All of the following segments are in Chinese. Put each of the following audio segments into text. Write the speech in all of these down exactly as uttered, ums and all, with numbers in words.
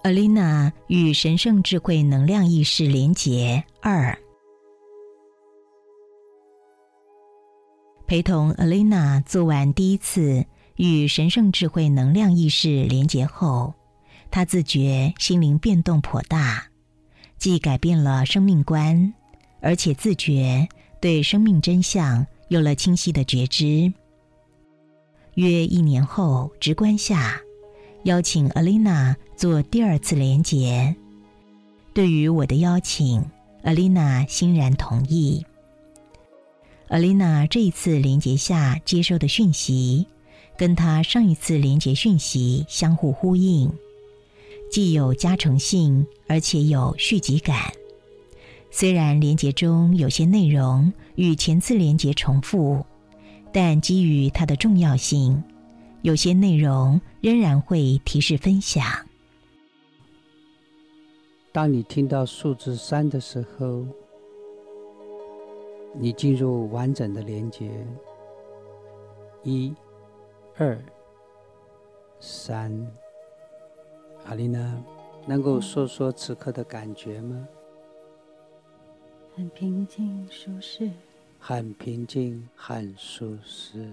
Alina 与神圣智慧能量意识连结二。陪同 Alina 做完第一次与神圣智慧能量意识连结后，她自觉心灵变动颇大，既改变了生命观，而且自觉对生命真相有了清晰的觉知。约一年后，直观下邀请 Alina 做第二次连结。对于我的邀请， Alina 欣然同意。Alina 这一次连结下接收的讯息，跟她上一次连结讯息相互呼应，既有加成性，而且有续集感。虽然连结中有些内容与前次连结重复，但基于它的重要性，有些内容仍然会提示分享。 当你听到数字三的时候，你进入完整的连结。一、二、三。阿丽娜，能够说说此刻的感觉吗？ 很平静舒适。 很平静，很舒适。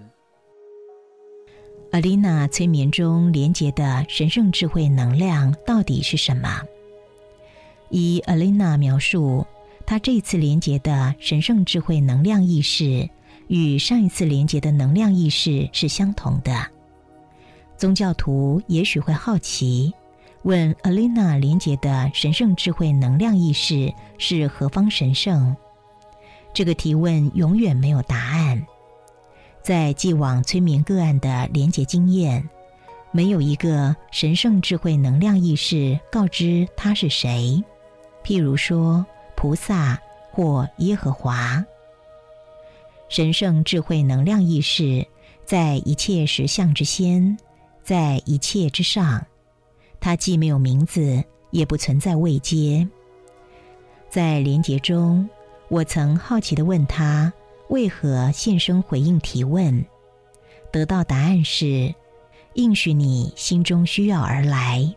Alina 催眠中连结的神圣智慧能量到底是什么？依 Alina 描述，她这次连结的神圣智慧能量意识与上一次连结的能量意识是相同的。宗教徒也许会好奇，问 Alina 连结的神圣智慧能量意识是何方神圣？这个提问永远没有答案。在既往催眠个案的连结经验，没有一个神圣智慧能量意识告知他是谁，譬如说菩萨或耶和华。神圣智慧能量意识在一切实相之先，在一切之上，它既没有名字，也不存在位阶。在连结中，我曾好奇地问他为何现身回应提问，得到答案是应许你心中需要而来。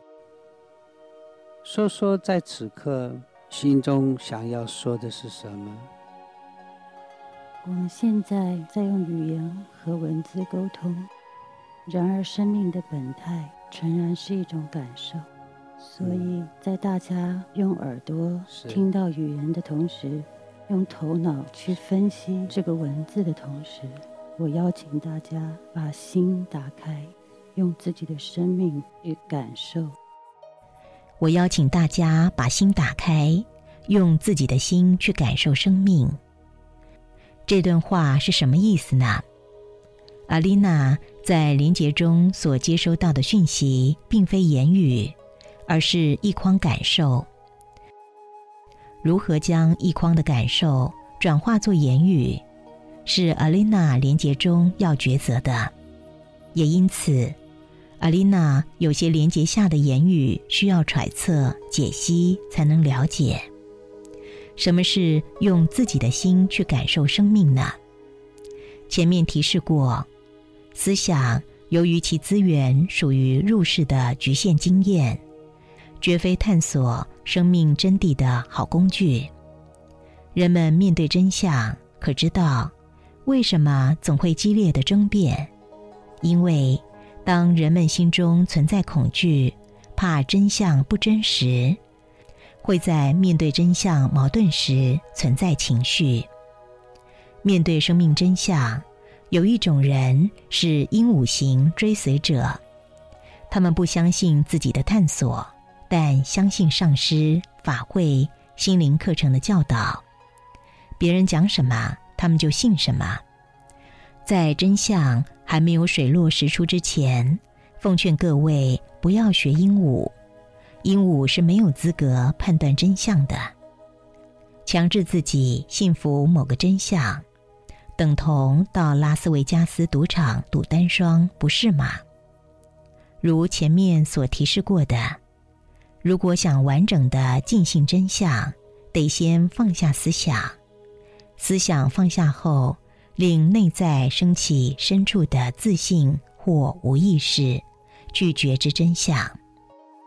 说说在此刻心中想要说的是什么？ 我们现在在用语言和文字沟通，然而生命的本态诚然是一种感受，所以在大家用耳朵听到语言的同时，用头脑去分析这个文字的同时，我邀请大家把心打开，用自己的生命去感受。 我邀请大家把心打开，用自己的心去感受生命。这段话是什么意思呢？阿丽娜在连结中所接收到的讯息并非言语，而是一筐感受。如何将一筐的感受转化作言语，是阿丽娜连结中要抉择的。也因此，阿丽娜有些连结下的言语需要揣测解析才能了解。什么是用自己的心去感受生命呢？前面提示过，思想由于其资源属于入世的局限经验，绝非探索生命真谛的好工具。人们面对真相，可知道为什么总会激烈的争辩？因为当人们心中存在恐惧，怕真相不真实，会在面对真相矛盾时存在情绪。面对生命真相，有一种人是鹦鹉型追随者，他们不相信自己的探索，但相信上师、法会、心灵课程的教导。别人讲什么，他们就信什么。在真相还没有水落石出之前，奉劝各位不要学鹦鹉。鹦鹉是没有资格判断真相的。强制自己信服某个真相，等同到拉斯维加斯赌场赌单双，不是吗？如前面所提示过的，如果想完整的尽信真相，得先放下思想。思想放下后，令内在升起深处的自信或无意识，去觉知真相。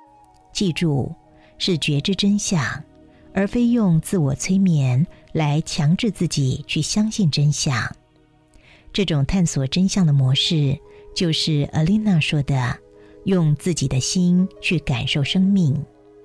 记住，是觉知真相，而非用自我催眠来强制自己去相信真相。这种探索真相的模式，就是阿丽娜说的，用自己的心去感受生命。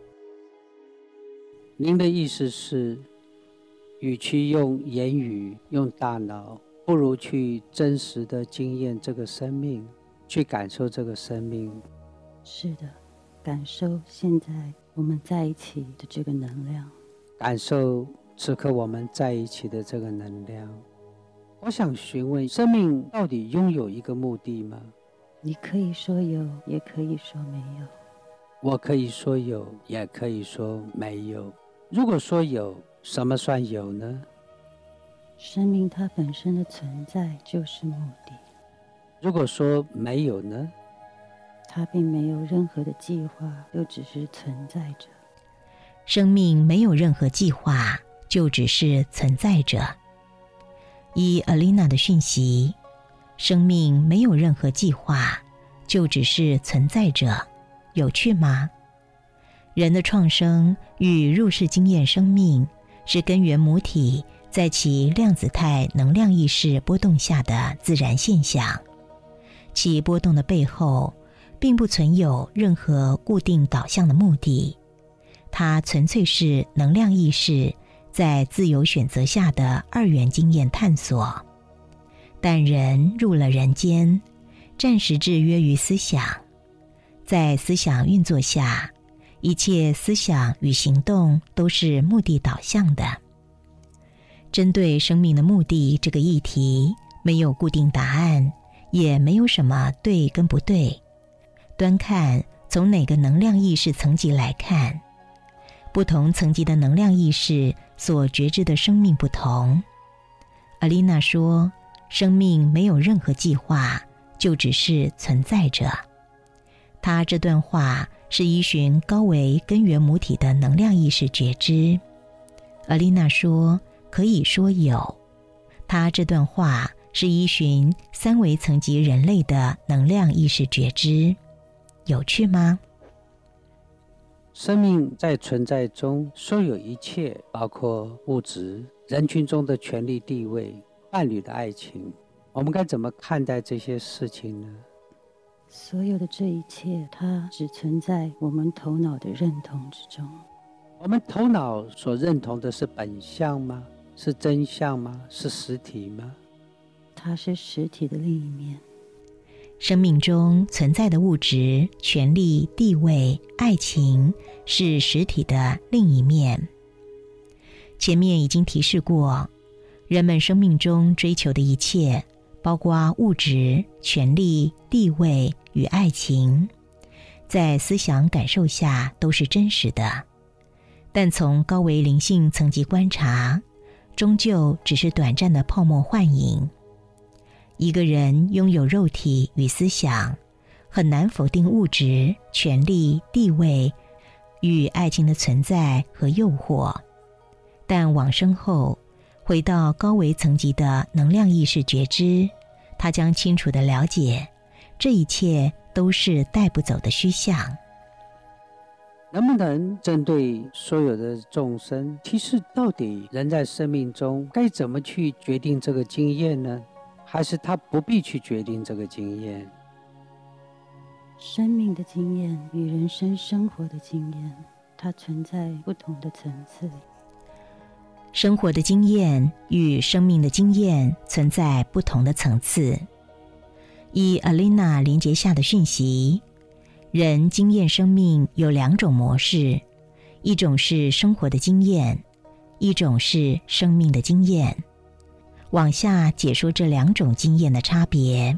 您的意思是，与其用言语、用大脑，不如去真实的经验这个生命，去感受这个生命。 是的，感受现在我们在一起的这个能量， 感受此刻我们在一起的这个能量。我想询问，生命到底拥有一个目的吗？ 你可以说有，也可以说没有。 我可以说有，也可以说没有。如果说有，什么算有呢？ 生命它本身的存在就是目的。 如果说没有呢？ 它并没有任何的计划，就只是存在着。 生命没有任何计划，就只是存在着。依阿丽娜的讯息，生命没有任何计划，就只是存在着。有趣吗？人的创生与入世经验生命，是根源母体在其量子态能量意识波动下的自然现象。其波动的背后，并不存有任何固定导向的目的，它纯粹是能量意识在自由选择下的二元经验探索。但人入了人间，暂时制约于思想，在思想运作下，一切思想与行动都是目的导向的。针对生命的目的这个议题，没有固定答案，也没有什么对跟不对。端看从哪个能量意识层级来看，不同层级的能量意识所觉知的生命不同。阿丽娜说，生命没有任何计划，就只是存在着。她这段话是依循高维根源母体的能量意识觉知。阿丽娜说，可以说有。她这段话是依循三维层级人类的能量意识觉知。有趣吗？ 生命在存在中所有一切，包括物质、人群中的权力地位、伴侣的爱情，我们该怎么看待这些事情呢？ 所有的这一切，它只存在我们头脑的认同之中。 我们头脑所认同的是本相吗？是真相吗？是实体吗？ 它是实体的另一面。 生命中存在的物质、权力、地位、爱情，是实体的另一面。前面已经提示过，人们生命中追求的一切，包括物质、权力、地位与爱情，在思想感受下都是真实的，但从高维灵性层级观察，终究只是短暂的泡沫幻影。一个人拥有肉体与思想，很难否定物质、权力、地位与爱情的存在和诱惑。但往生后，回到高维层级的能量意识觉知，他将清楚地了解，这一切都是带不走的虚像。 能不能针对所有的众生，提示到底人在生命中该怎么去决定这个经验呢？还是他不必去决定这个经验？ 生命的经验与人生生活的经验，它存在不同的层次里。 生活的经验与生命的经验存在不同的层次。依阿丽娜连结下的讯息，人经验生命有两种模式，一种是生活的经验，一种是生命的经验。往下解说这两种经验的差别。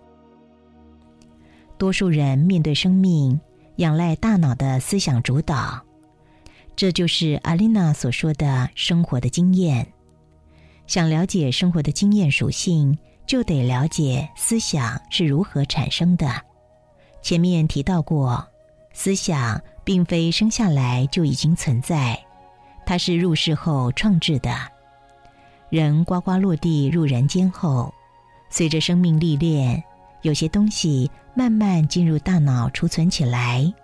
多数人面对生命，仰赖大脑的思想主导，这就是阿丽娜所说的生活的经验。想了解生活的经验属性，就得了解思想是如何产生的。前面提到过，思想并非生下来就已经存在，它是入世后创制的。人呱呱落地入人间后，随着生命历练，有些东西慢慢进入大脑储存起来，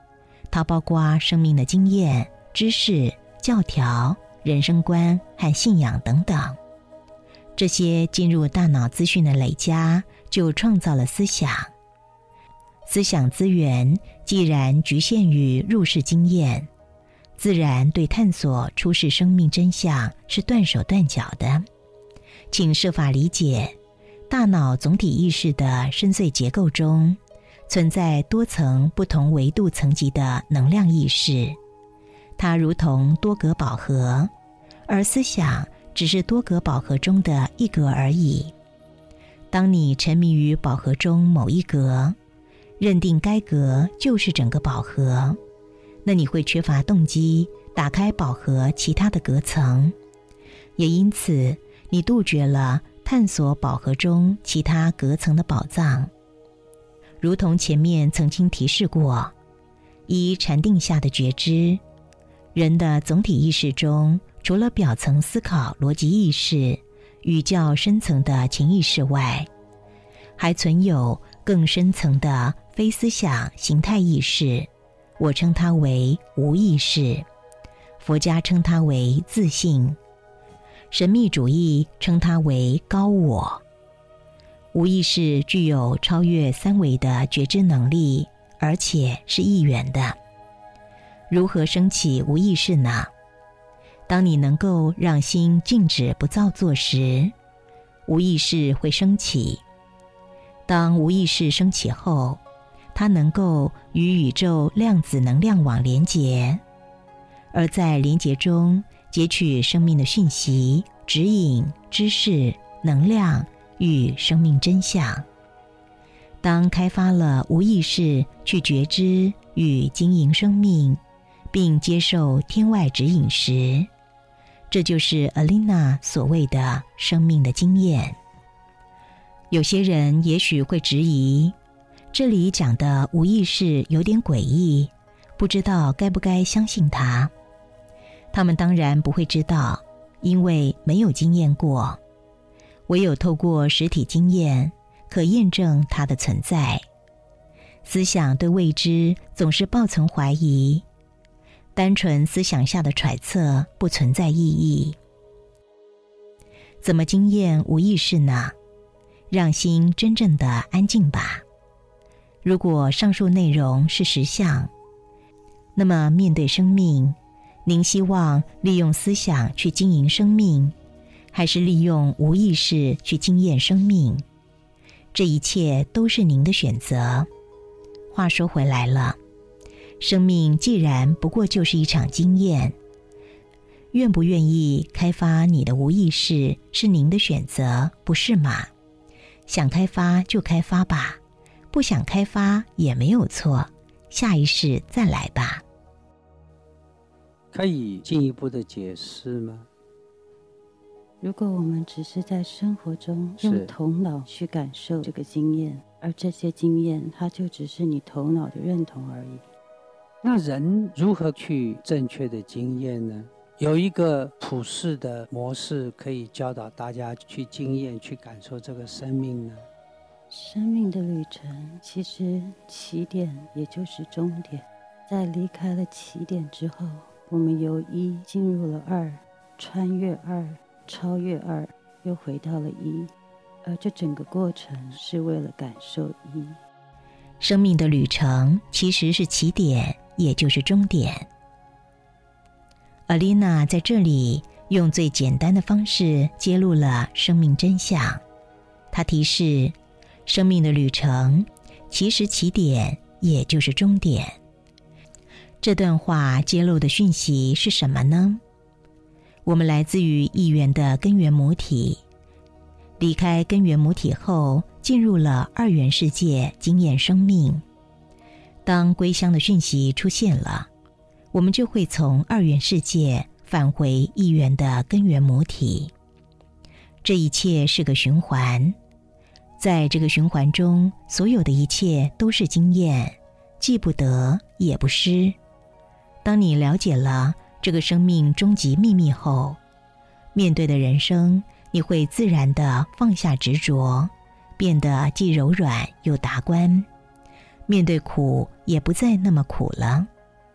它包括生命的经验、知识、教条、人生观和信仰等等。这些进入大脑资讯的累加，就创造了思想。思想资源既然局限于入世经验，自然对探索出世生命真相是断手断脚的。请设法理解，大脑总体意识的深邃结构中，存在多层不同维度层级的能量意识，它如同多格宝盒，而思想只是多格宝盒中的一格而已。当你沉迷于宝盒中某一格，认定该格就是整个宝盒，那你会缺乏动机打开宝盒其他的隔层，也因此你杜绝了探索宝盒中其他隔层的宝藏。如同前面曾经提示过，依禅定下的觉知，人的总体意识中，除了表层思考逻辑意识与较深层的潜意识外，还存有更深层的非思想形态意识，我称它为无意识，佛家称它为自性，神秘主义称它为高我。无意识具有超越三维的觉知能力，而且是一元的。如何升起无意识呢？当你能够让心静止不造作时，无意识会升起。当无意识升起后，它能够与宇宙量子能量网连结，而在连结中截取生命的讯息、指引、知识、能量与生命真相。当开发了无意识去觉知与经营生命，并接受天外指引时，这就是阿丽娜所谓的生命的经验。有些人也许会质疑，这里讲的无意识有点诡异，不知道该不该相信它。他们当然不会知道，因为没有经验过。唯有透过实体经验，可验证它的存在。思想对未知总是抱存怀疑，单纯思想下的揣测不存在意义。怎么经验无意识呢？让心真正的安静吧。如果上述内容是实相，那么面对生命，您希望利用思想去经营生命，还是利用无意识去经验生命？这一切都是您的选择。话说回来了，生命既然不过就是一场经验，愿不愿意开发你的无意识是您的选择，不是吗？想开发就开发吧，不想开发也没有错，下一世再来吧。 可以进一步的解释吗？ 如果我们只是在生活中用头脑去感受这个经验，而这些经验它就只是你头脑的认同而已， 那人如何去正确的经验呢？有一个普世的模式可以教导大家去经验、去感受这个生命呢？ 生命的旅程其实起点也就是终点，在离开了起点之后，我们由一进入了二，穿越二，超越二，又回到了一，而这整个过程是为了感受一。 生命的旅程其实是起点，也就是终点。阿丽娜在这里用最简单的方式揭露了生命真相。她提示，生命的旅程其实起点也就是终点。这段话揭露的讯息是什么呢？我们来自于一元的根源母体，离开根源母体后，进入了二元世界经验生命。当归乡的讯息出现了，我们就会从二元世界返回一元的根源母体。这一切是个循环，在这个循环中，所有的一切都是经验，既不得也不失。当你了解了这个生命终极秘密后，面对的人生，你会自然地放下执着，变得既柔软又达观。面对苦也不再那么苦了，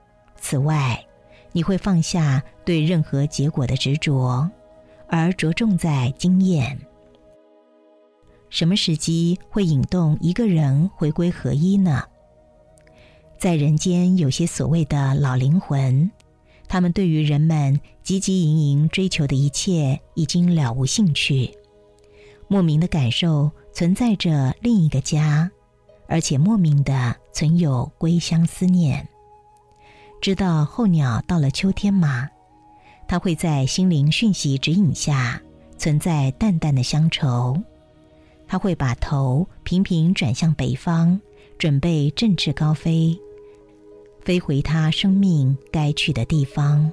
此外，你会放下对任何结果的执着，而着重在经验。什么时机会引动一个人回归合一呢？在人间有些所谓的老灵魂，他们对于人们汲汲营营追求的一切已经了无兴趣，莫名的感受存在着另一个家，而且莫名的存有归乡思念。知道候鸟到了秋天吗？它会在心灵讯息指引下存在淡淡的乡愁，它会把头频频转向北方，准备振翅高飞，飞回它生命该去的地方。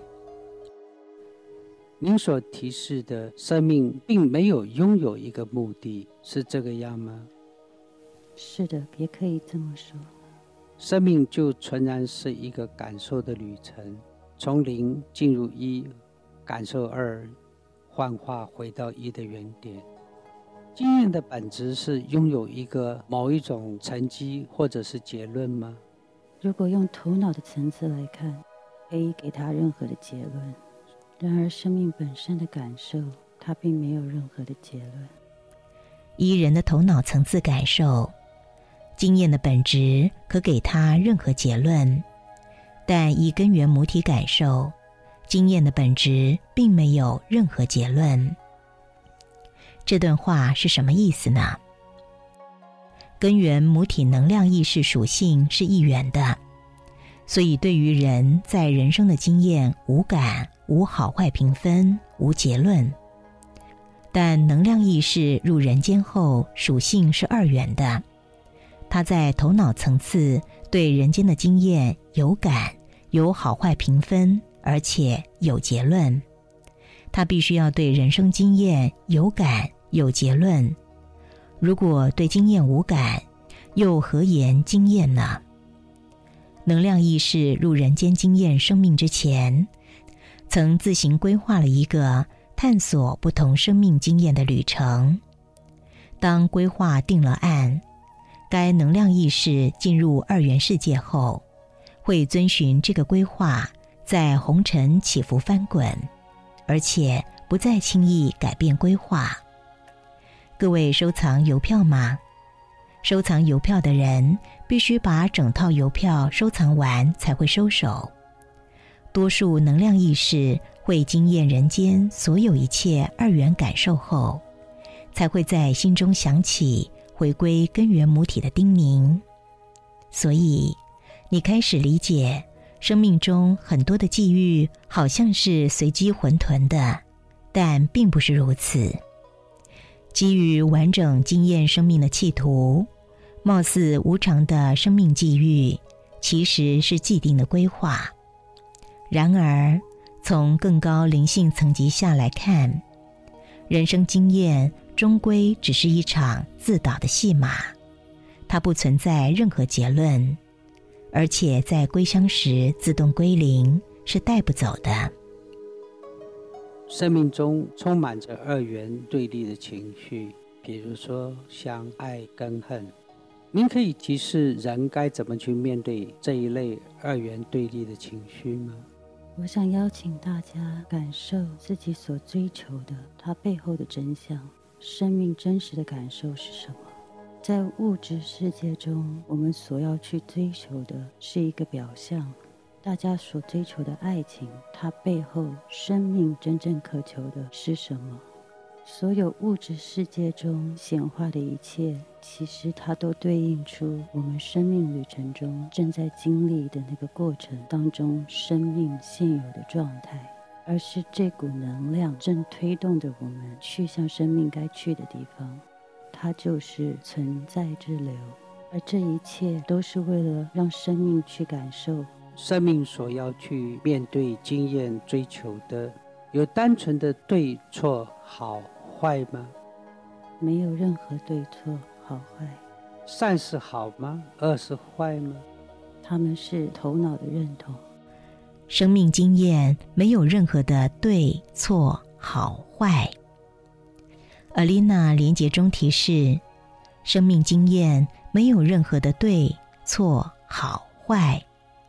您所提示的生命并没有拥有一个目的，是这个样吗？ 是的，也可以这么说。 生命就纯然是一个感受的旅程，从零进入一，感受二，幻化回到一的原点。经验的本质是拥有一个某一种成绩或者是结论吗？ 如果用头脑的层次来看，可以给他任何的结论。然而生命本身的感受，它并没有任何的结论。 依人的头脑层次感受，经验的本质可给他任何结论，但依根源母体感受，经验的本质并没有任何结论。这段话是什么意思呢？根源母体能量意识属性是一元的，所以对于人在人生的经验无感、无好坏评分、无结论。但能量意识入人间后，属性是二元的，它在头脑层次对人间的经验有感、有好坏评分，而且有结论。它必须要对人生经验有感、有结论。如果对经验无感，又何言经验呢？能量意识入人间经验生命之前，曾自行规划了一个探索不同生命经验的旅程。当规划定了案，该能量意识进入二元世界后，会遵循这个规划，在红尘起伏翻滚，而且不再轻易改变规划。各位收藏邮票吗？收藏邮票的人必须把整套邮票收藏完才会收手。多数能量意识会经验人间所有一切二元感受后，才会在心中想起回归根源母体的叮咛。所以你开始理解，生命中很多的际遇好像是随机混沌的，但并不是如此。基于完整经验生命的企图，貌似无常的生命际遇，其实是既定的规划。然而，从更高灵性层级下来看，人生经验终归只是一场自导的戏码，它不存在任何结论，而且在归乡时自动归零，是带不走的。 生命中充满着二元对立的情绪，比如说像爱跟恨。您可以提示人该怎么去面对这一类二元对立的情绪吗？ 我想邀请大家感受自己所追求的，它背后的真相。生命真实的感受是什么？在物质世界中，我们所要去追求的是一个表象。大家所追求的爱情，它背后生命真正渴求的是什么？所有物质世界中显化的一切，其实它都对应出我们生命旅程中正在经历的那个过程当中生命现有的状态，而是这股能量正推动着我们去向生命该去的地方。它就是存在之流，而这一切都是为了让生命去感受。 生命所要去面对经验追求的，有单纯的对错好坏吗？ 没有任何对错好坏。 善是好吗？恶是坏吗？ 他们是头脑的认同。 生命经验没有任何的对错好坏。阿丽娜连结中提示，生命经验没有任何的对错好坏，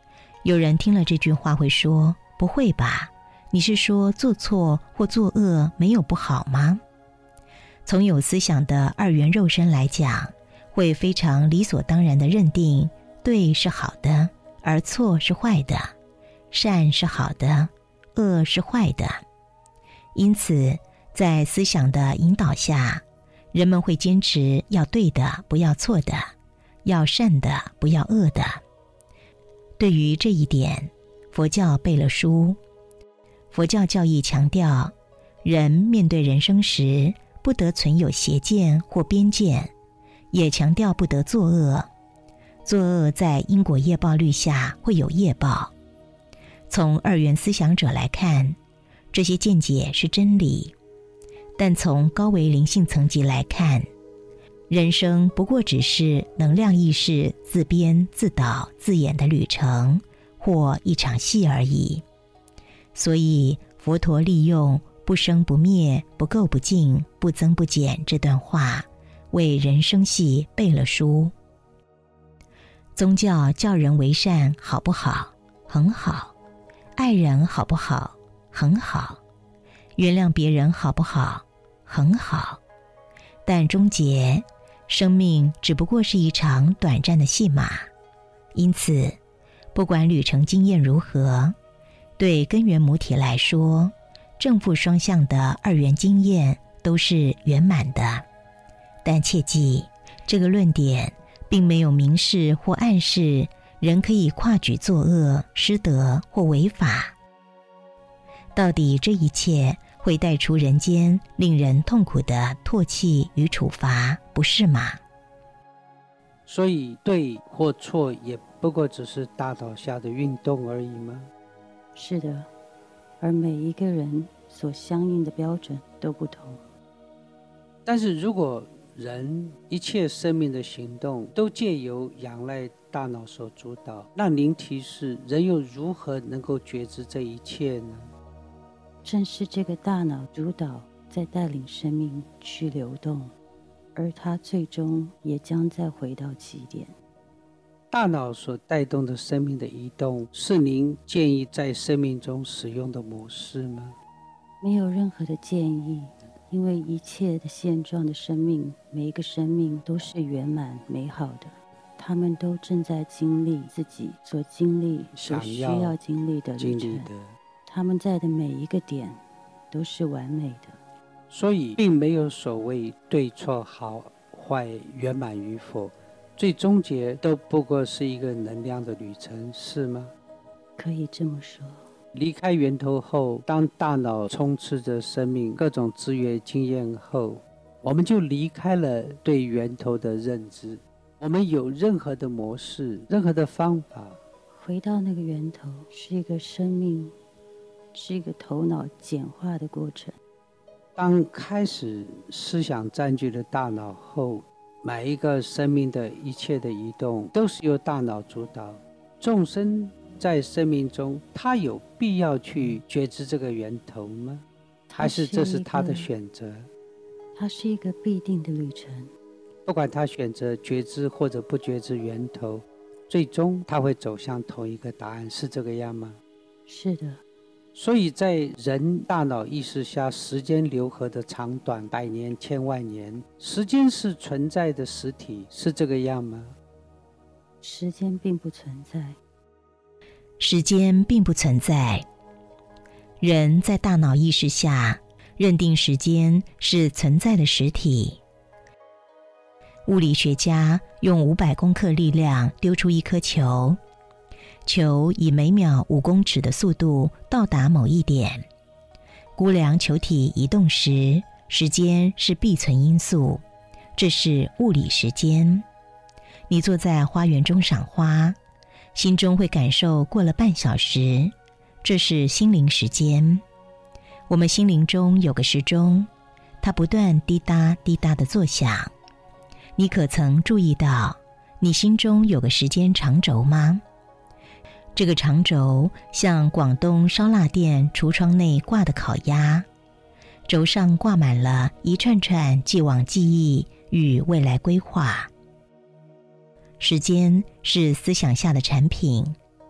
有人听了这句话会说，不会吧，你是说做错或作恶没有不好吗？从有思想的二元肉身来讲，会非常理所当然地认定对是好的，而错是坏的，善是好的，恶是坏的。因此在思想的引导下，人们会坚持要对的不要错的，要善的不要恶的。对于这一点，佛教背了书。佛教教义强调，人面对人生时不得存有邪见或边见，也强调不得作恶。作恶在因果业报律下会有业报。从二元思想者来看，这些见解是真理，但从高维灵性层级来看，人生不过只是能量意识自编自导自演的旅程，或一场戏而已。所以佛陀利用不生不灭、不垢不净、不增不减这段话，为人生戏背了书。宗教教人为善好不好？很好。爱人好不好？很好。原谅别人好不好？很好。但终结，生命只不过是一场短暂的戏码。因此，不管旅程经验如何，对根源母体来说，正负双向的二元经验都是圆满的。但切记，这个论点并没有明示或暗示人可以跨举作恶、失德或违法。到底这一切会带出人间令人痛苦的唾弃与处罚，不是吗？ 所以对或错也不过只是大脑下的运动而已吗？ 是的，而每一个人所相应的标准都不同。 但是如果人一切生命的行动都借由仰赖大脑所主导，那您提示人又如何能够觉知这一切呢？ 正是这个大脑主导在带领生命去流动，而它最终也将再回到起点。 大脑所带动的生命的移动，是您建议在生命中使用的模式吗？ 没有任何的建议，因为一切的现状的生命，每一个生命都是圆满美好的，他们都正在经历自己所经历所需要经历的旅程，他们在的每一个点都是完美的。 所以并没有所谓对错好坏圆满与否，最终结都不过是一个能量的旅程，是吗？ 可以这么说。 离开源头后，当大脑充斥着生命各种资源经验后，我们就离开了对源头的认知。我们有任何的模式，任何的方法， 回到那个源头，是一个生命，是一个头脑简化的过程。 当开始思想占据了大脑后，每一个生命的一切的移动都是由大脑主导。众生在生命中，他有必要去觉知这个源头吗？还是这是他的选择？ 它是一个必定的旅程。 不管他选择觉知或者不觉知源头，最终他会走向同一个答案，是这个样吗？ 是的。 所以在人大脑意识下，时间流河的长短，百年千万年，时间是存在的实体，是这个样吗？ 时间并不存在。 时间并不存在。人在大脑意识下认定时间是存在的实体。物理学家用五百公克力量丢出一颗球，球以每秒五公尺的速度到达某一点。估量球体移动时，时间是必存因素，这是物理时间。你坐在花园中赏花，心中会感受过了半小时，这是心灵时间。我们心灵中有个时钟，它不断滴答滴答地作响。你可曾注意到你心中有个时间长轴吗？这个长轴像广东烧腊店橱窗内挂的烤鸭，轴上挂满了一串串既往记忆与未来规划。时间是思想下的产品，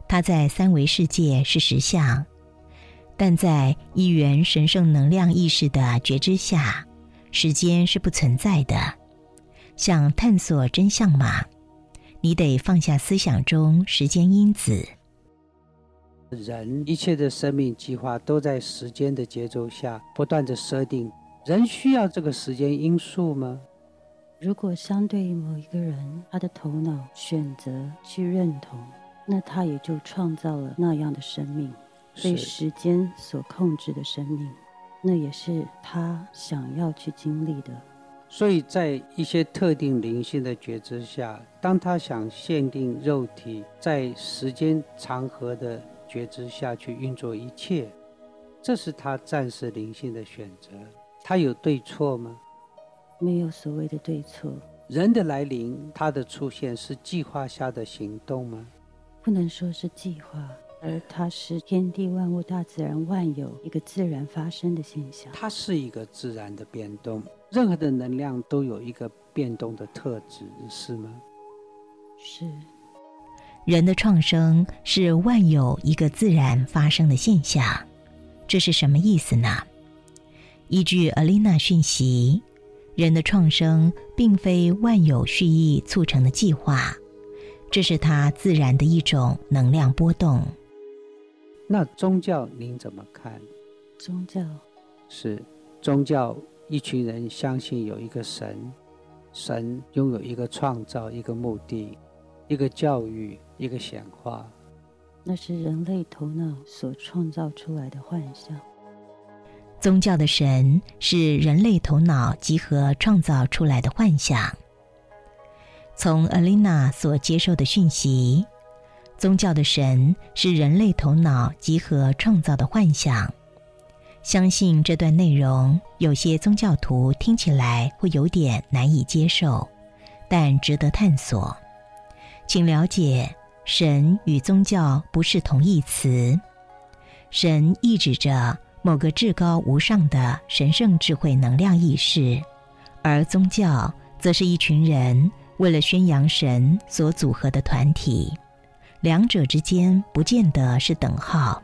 它在三维世界是实相，但在一元神圣能量意识的觉知下，时间是不存在的。想探索真相嘛，你得放下思想中时间因子。 人一切的生命计划都在时间的节奏下不断的设定，人需要这个时间因素吗？ 如果相对于某一个人，他的头脑选择去认同，那他也就创造了那样的生命，被时间所控制的生命，那也是他想要去经历的。 所以在一些特定灵性的觉知下，当他想限定肉体在时间长河的觉知下去运作一切，这是他暂时灵性的选择。他有对错吗？ 没有所谓的对错。 人的来临，他的出现是计划下的行动吗？ 不能说是计划，而它是天地万物大自然万有一个自然发生的现象。 它是一个自然的变动，任何的能量都有一个变动的特质，是吗？ 是。 人的创生是万有一个自然发生的现象，这是什么意思呢？依据阿丽娜讯息，人的创生并非万有蓄意促成的计划，这是它自然的一种能量波动。 那宗教您怎么看？ 宗教是宗教，一群人相信有一个神，神拥有一个创造，一个目的，一个教育，一个显化， 那是人类头脑所创造出来的幻象。 宗教的神是人类头脑集合创造出来的幻象。从阿丽娜所接受的讯息，宗教的神是人类头脑集合创造的幻象。相信这段内容，有些宗教徒听起来会有点难以接受，但值得探索。请了解，神与宗教不是同义词。神意指着某个至高无上的神圣智慧能量意识，而宗教则是一群人为了宣扬神所组合的团体，两者之间不见得是等号。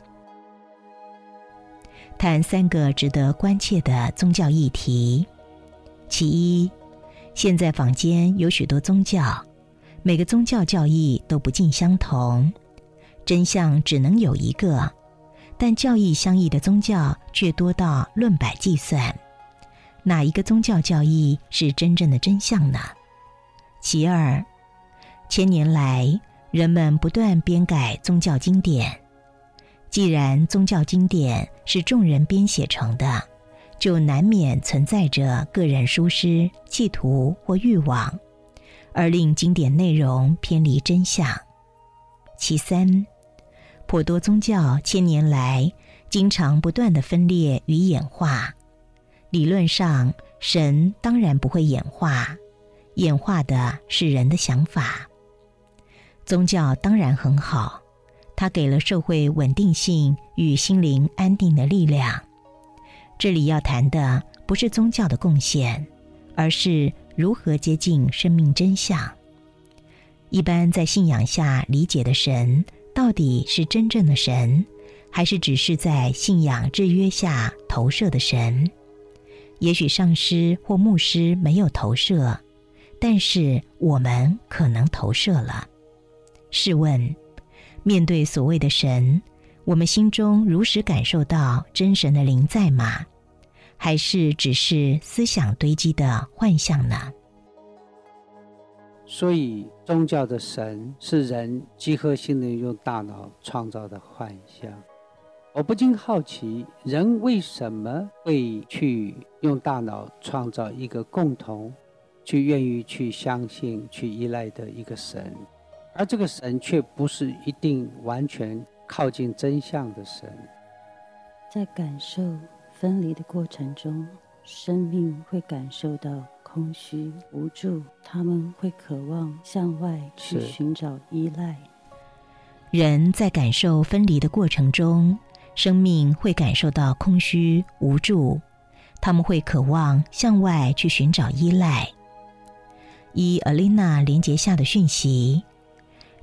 谈三个值得关切的宗教议题。其一，现在坊间有许多宗教，每个宗教教义都不尽相同，真相只能有一个，但教义相异的宗教却多到论百计算，哪一个宗教教义是真正的真相呢？其二，千年来人们不断编改宗教经典，既然宗教经典是众人编写成的，就难免存在着个人疏失、企图或欲望，而令经典内容偏离真相。其三，颇多宗教千年来经常不断的分裂与演化，理论上神当然不会演化，演化的是人的想法。宗教当然很好，它给了社会稳定性与心灵安定的力量。这里要谈的不是宗教的贡献，而是如何接近生命真相。一般在信仰下理解的神，到底是真正的神，还是只是在信仰制约下投射的神？也许上师或牧师没有投射，但是我们可能投射了。试问，面对所谓的神，我们心中如实感受到真神的临在吗？还是只是思想堆积的幻象呢？ 所以宗教的神是人集合性的用大脑创造的幻象。我不禁好奇，人为什么会去用大脑创造一个共同去愿意去相信去依赖的一个神，而这个神却不是一定完全靠近真相的神。 在感受分离的过程中，生命会感受到空虚无助，他们会渴望向外去寻找依赖。 人在感受分离的过程中，生命会感受到空虚无助，他们会渴望向外去寻找依赖。依阿丽娜连结下的讯息，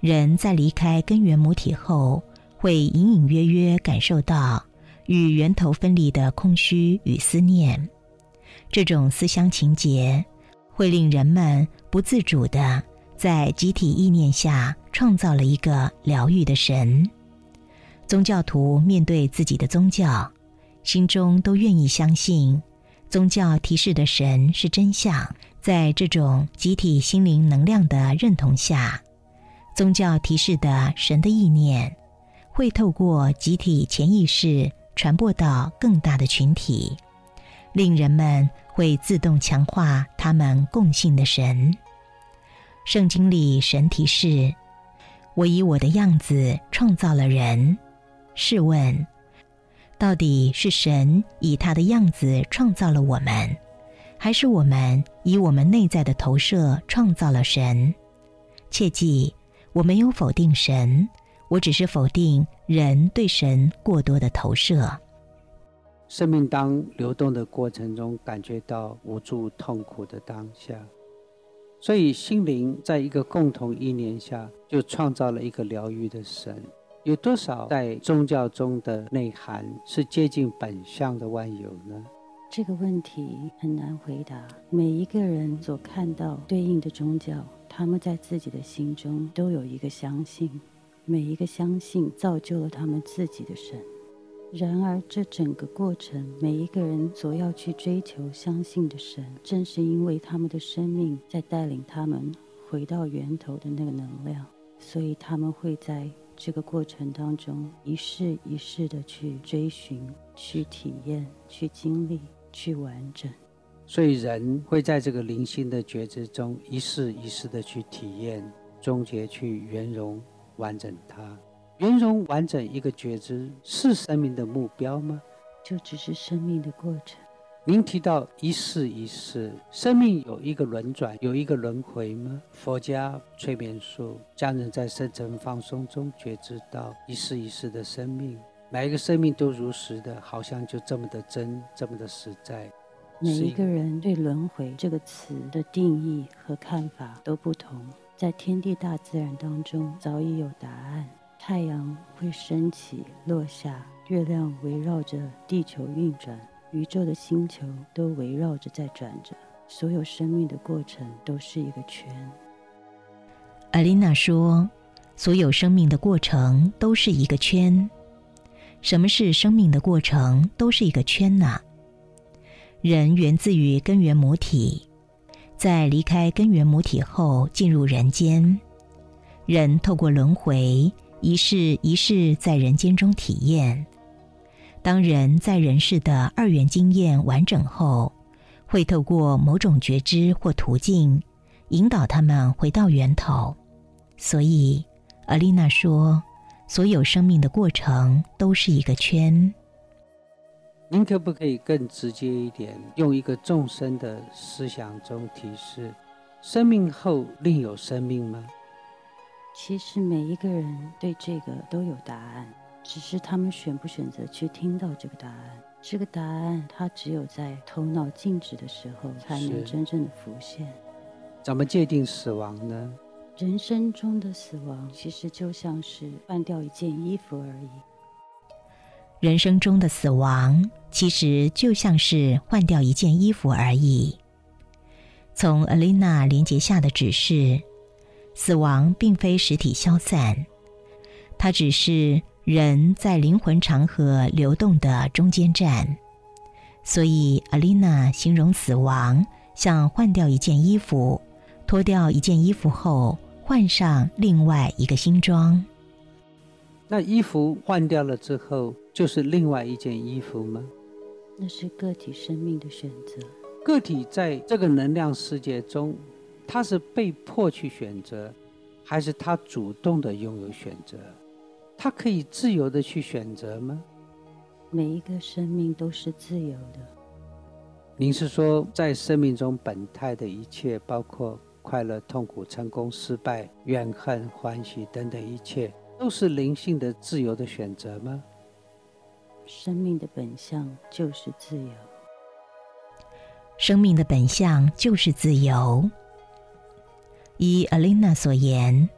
人在离开根源母体后，会隐隐约约感受到与源头分离的空虚与思念。这种思乡情结会令人们不自主地在集体意念下创造了一个疗愈的神。宗教徒面对自己的宗教，心中都愿意相信宗教提示的神是真相。在这种集体心灵能量的认同下，宗教提示的神的意念会透过集体潜意识传播到更大的群体，令人们会自动强化他们共信的神。圣经里神提示，我以我的样子创造了人。试问，到底是神以他的样子创造了我们，还是我们以我们内在的投射创造了神？切记，我没有否定神，我只是否定人对神过多的投射。 生命当流动的过程中感觉到无助痛苦的当下，所以心灵在一个共同意念下就创造了一个疗愈的神。有多少在宗教中的内涵是接近本相的万有呢？ 这个问题很难回答。每一个人所看到对应的宗教，他们在自己的心中都有一个相信，每一个相信造就了他们自己的神。然而这整个过程，每一个人所要去追求相信的神，正是因为他们的生命在带领他们回到源头的那个能量，所以他们会在这个过程当中一世一世的去追寻，去体验，去经历，去完整。 所以人会在这个灵性的觉知中一世一世的去体验，终结去圆融完整它。圆融完整一个觉知是生命的目标吗？ 就只是生命的过程。 您提到一世一世，生命有一个轮转，有一个轮回吗？佛家催眠术将人在深层放松中觉知到一世一世的生命，每一个生命都如实的，好像就这么的真，这么的实在。 每一个人对轮回这个词的定义和看法都不同，在天地大自然当中早已有答案。太阳会升起落下，月亮围绕着地球运转，宇宙的星球都围绕着在转着，所有生命的过程都是一个圈。 阿丽娜说，所有生命的过程都是一个圈。什么是生命的过程都是一个圈呢？人源自于根源母体，在离开根源母体后进入人间，人透过轮回一世一世在人间中体验。当人在人世的二元经验完整后，会透过某种觉知或途径引导他们回到源头。所以阿丽娜说，所有生命的过程都是一个圈。 您可不可以更直接一点，用一个众生的思想中提示，生命后另有生命吗？ 其实每一个人对这个都有答案，只是他们选不选择去听到这个答案。这个答案它只有在头脑静止的时候才能真正的浮现。 怎么界定死亡呢？ 人生中的死亡其实就像是换掉一件衣服而已。 人生中的死亡其实就像是换掉一件衣服而已。从阿丽娜连结下的指示，死亡并非实体消散，它只是人在灵魂长河流动的中间站。所以阿丽娜形容死亡像换掉一件衣服，脱掉一件衣服后换上另外一个新装。 那衣服换掉了之后就是另外一件衣服吗？ 那是个体生命的选择。 个体在这个能量世界中，他是被迫去选择，还是他主动的拥有选择？他可以自由的去选择吗？ 每一个生命都是自由的。 您是说，在生命中本态的一切，包括快乐、痛苦、成功、失败、怨恨、欢喜等等一切，都是灵性的自由的选择吗？ 生命的本相就是自由。 生命的本相就是自由。依阿丽娜所言，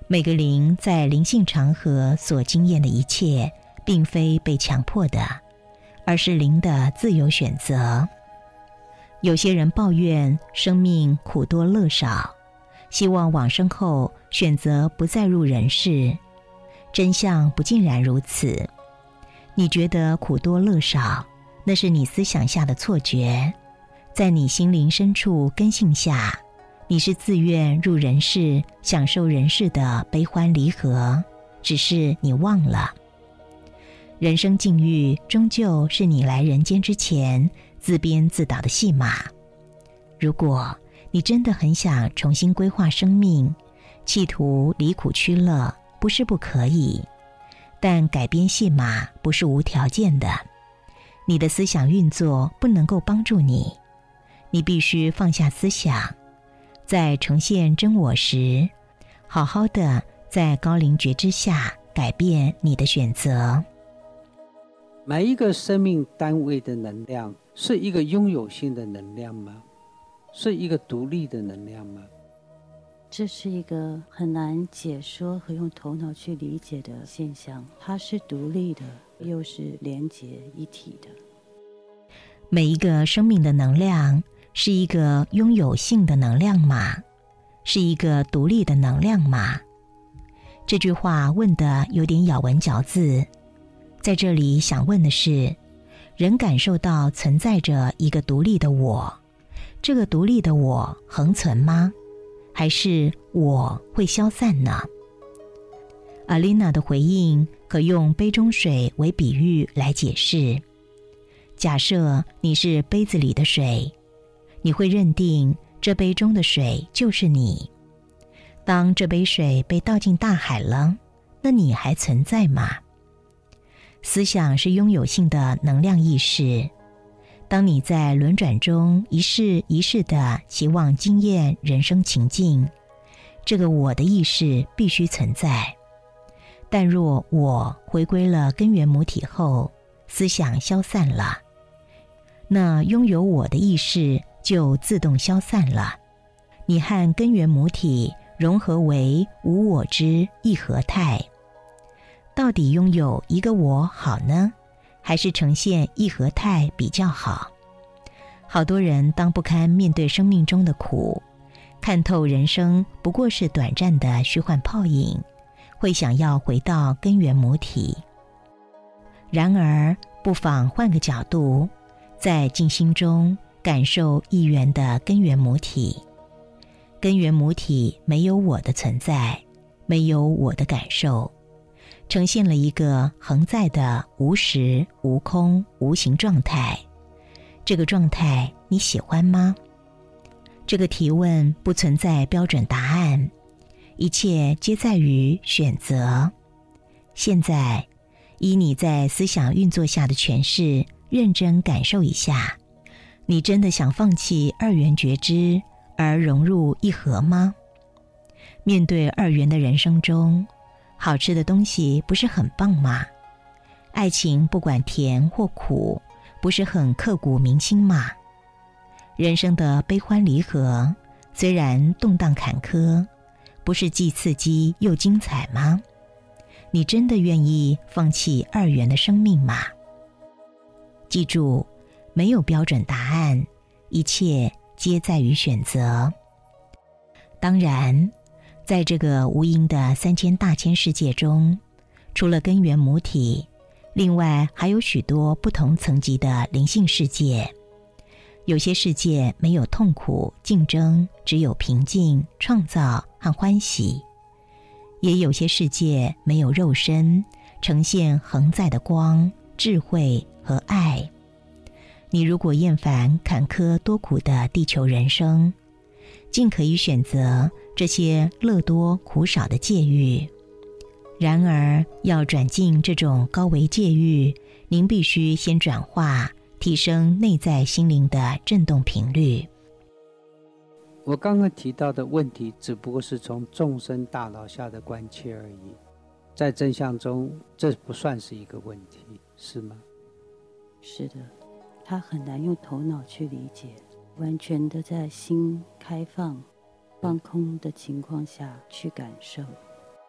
每个灵在灵性长河所经验的一切，并非被强迫的，而是灵的自由选择。有些人抱怨生命苦多乐少，希望往生后选择不再入人世，真相不尽然如此。你觉得苦多乐少，那是你思想下的错觉，在你心灵深处根性下，你是自愿入人世，享受人世的悲欢离合，只是你忘了。人生境遇终究是你来人间之前自编自导的戏码。如果你真的很想重新规划生命，企图离苦趋乐，不是不可以，但改编戏码不是无条件的。你的思想运作不能够帮助你，你必须放下思想，在呈现真我时，好好的在高灵觉之下改变你的选择。 每一个生命单位的能量是一个拥有性的能量吗？是一个独立的能量吗？ 这是一个很难解说和用头脑去理解的现象，它是独立的，又是连结一体的。 每一个生命的能量是一个拥有性的能量吗？是一个独立的能量吗？这句话问得有点咬文嚼字。在这里想问的是，人感受到存在着一个独立的我，这个独立的我恒存吗？还是我会消散呢？阿丽娜的回应可用杯中水为比喻来解释。假设你是杯子里的水，你会认定这杯中的水就是你。当这杯水被倒进大海了，那你还存在吗？思想是拥有性的能量意识。当你在轮转中一世一世地期望经验人生情境，这个我的意识必须存在。但若我回归了根源母体后，思想消散了，那拥有我的意识就自动消散了。你和根源母体融合为无我之一合态。到底拥有一个我好呢，还是呈现一合态比较好？好多人当不堪面对生命中的苦，看透人生不过是短暂的虚幻泡影，会想要回到根源母体。然而不妨换个角度，在静心中感受一元的根源母体。根源母体没有我的存在，没有我的感受，呈现了一个恒在的无时无空无形状态。这个状态你喜欢吗？这个提问不存在标准答案，一切皆在于选择。现在依你在思想运作下的诠释，认真感受一下，你真的想放弃二元觉知而融入一合吗？面对二元的人生中，好吃的东西不是很棒吗？爱情不管甜或苦，不是很刻骨铭心吗？人生的悲欢离合虽然动荡坎坷，不是既刺激又精彩吗？你真的愿意放弃二元的生命吗？记住，没有标准答案，一切皆在于选择。当然，在这个无垠的三千大千世界中，除了根源母体，另外还有许多不同层级的灵性世界。有些世界没有痛苦、竞争，只有平静、创造和欢喜；也有些世界没有肉身，呈现恒在的光、智慧和爱。你如果厌烦坎坷多苦的地球人生，尽可以选择这些乐多苦少的界域。然而，要转进这种高维界域，您必须先转化、提升内在心灵的振动频率。 我刚刚提到的问题只不过是从众生大脑下的关切而已，在真相中这不算是一个问题，是吗？ 是的，它很难用头脑去理解，完全的在心开放放空的情况下去感受。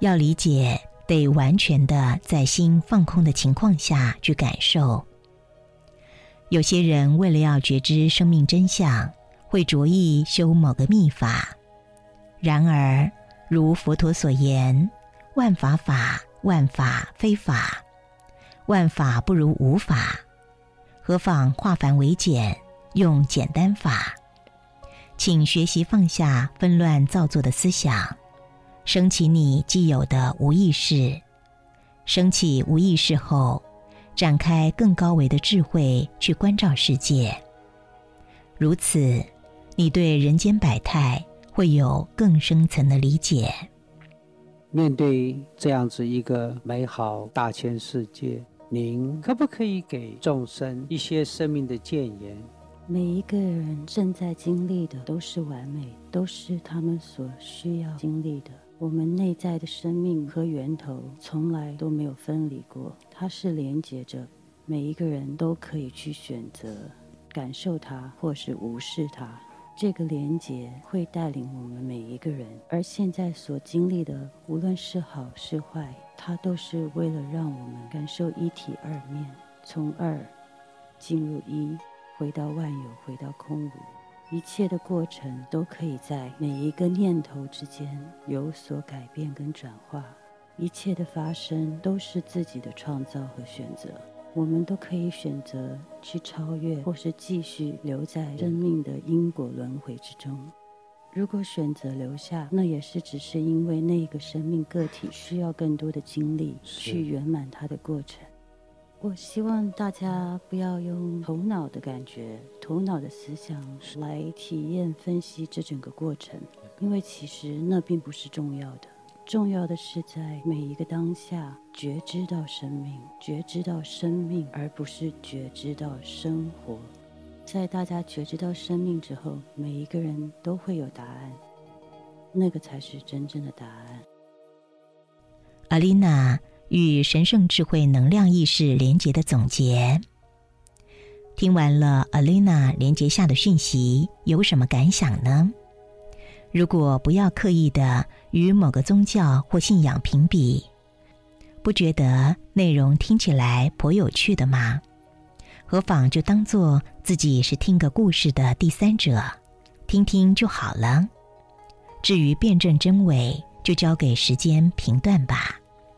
要理解，得完全的在心放空的情况下去感受。有些人为了要觉知生命真相，会着意修某个秘法。然而，如佛陀所言，万法法，万法非法，万法不如无法，何妨化繁为简，用简单法。请学习放下纷乱造作的思想，升起你既有的无意识。升起无意识后，展开更高维的智慧去关照世界。如此，你对人间百态会有更深层的理解。 面对这样子一个美好大千世界，您可不可以给众生一些生命的建言？ 每一个人正在经历的都是完美，都是他们所需要经历的。我们内在的生命和源头从来都没有分离过，它是连结着，每一个人都可以去选择感受它或是无视它。这个连结会带领我们每一个人，而现在所经历的无论是好是坏，它都是为了让我们感受一体二面，从二进入一，回到万有，回到空无。一切的过程都可以在每一个念头之间有所改变跟转化，一切的发生都是自己的创造和选择。我们都可以选择去超越，或是继续留在生命的因果轮回之中。如果选择留下，那也是只是因为那个生命个体需要更多的精力去圆满它的过程。我希望大家不要用头脑的感觉、头脑的思想来体验、分析这整个过程，因为其实那并不是重要的。重要的是在每一个当下觉知到生命，觉知到生命，而不是觉知到生活。在大家觉知到生命之后，每一个人都会有答案，那个才是真正的答案。 阿丽娜与神圣智慧能量意识连结的总结。听完了阿丽娜连结下的讯息，有什么感想呢？如果不要刻意的与某个宗教或信仰评比，不觉得内容听起来颇有趣的吗？何妨就当作自己是听个故事的第三者，听听就好了。至于辩证真伪，就交给时间评断吧。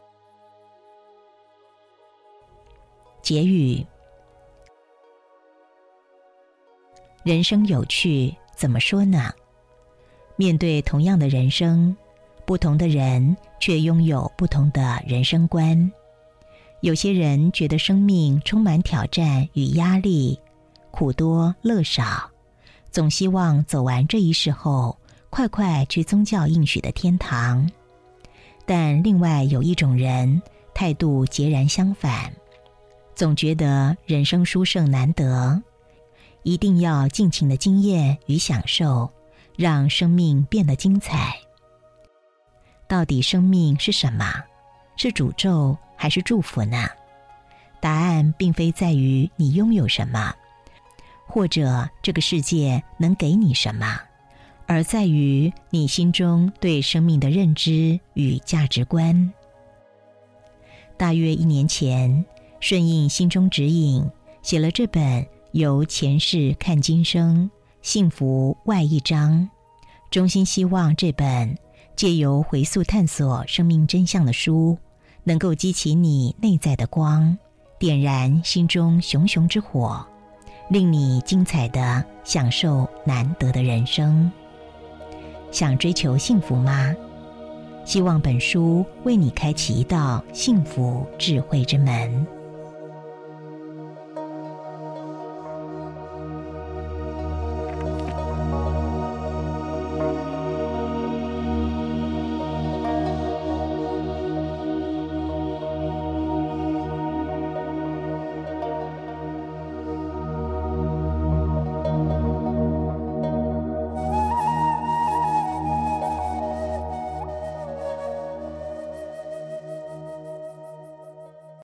结语：人生有趣，怎么说呢？面对同样的人生，不同的人却拥有不同的人生观。有些人觉得生命充满挑战与压力，苦多乐少，总希望走完这一世后，快快去宗教应许的天堂。但另外有一种人，态度截然相反，总觉得人生殊胜难得，一定要尽情的经验与享受，让生命变得精彩。到底生命是什么？是诅咒还是祝福呢？答案并非在于你拥有什么，或者这个世界能给你什么，而在于你心中对生命的认知与价值观。大约一年前，顺应心中指引，写了这本由前世看今生，幸福外一章，衷心希望这本借由回溯探索生命真相的书，能够激起你内在的光，点燃心中熊熊之火，令你精彩地享受难得的人生。想追求幸福吗？希望本书为你开启一道幸福智慧之门。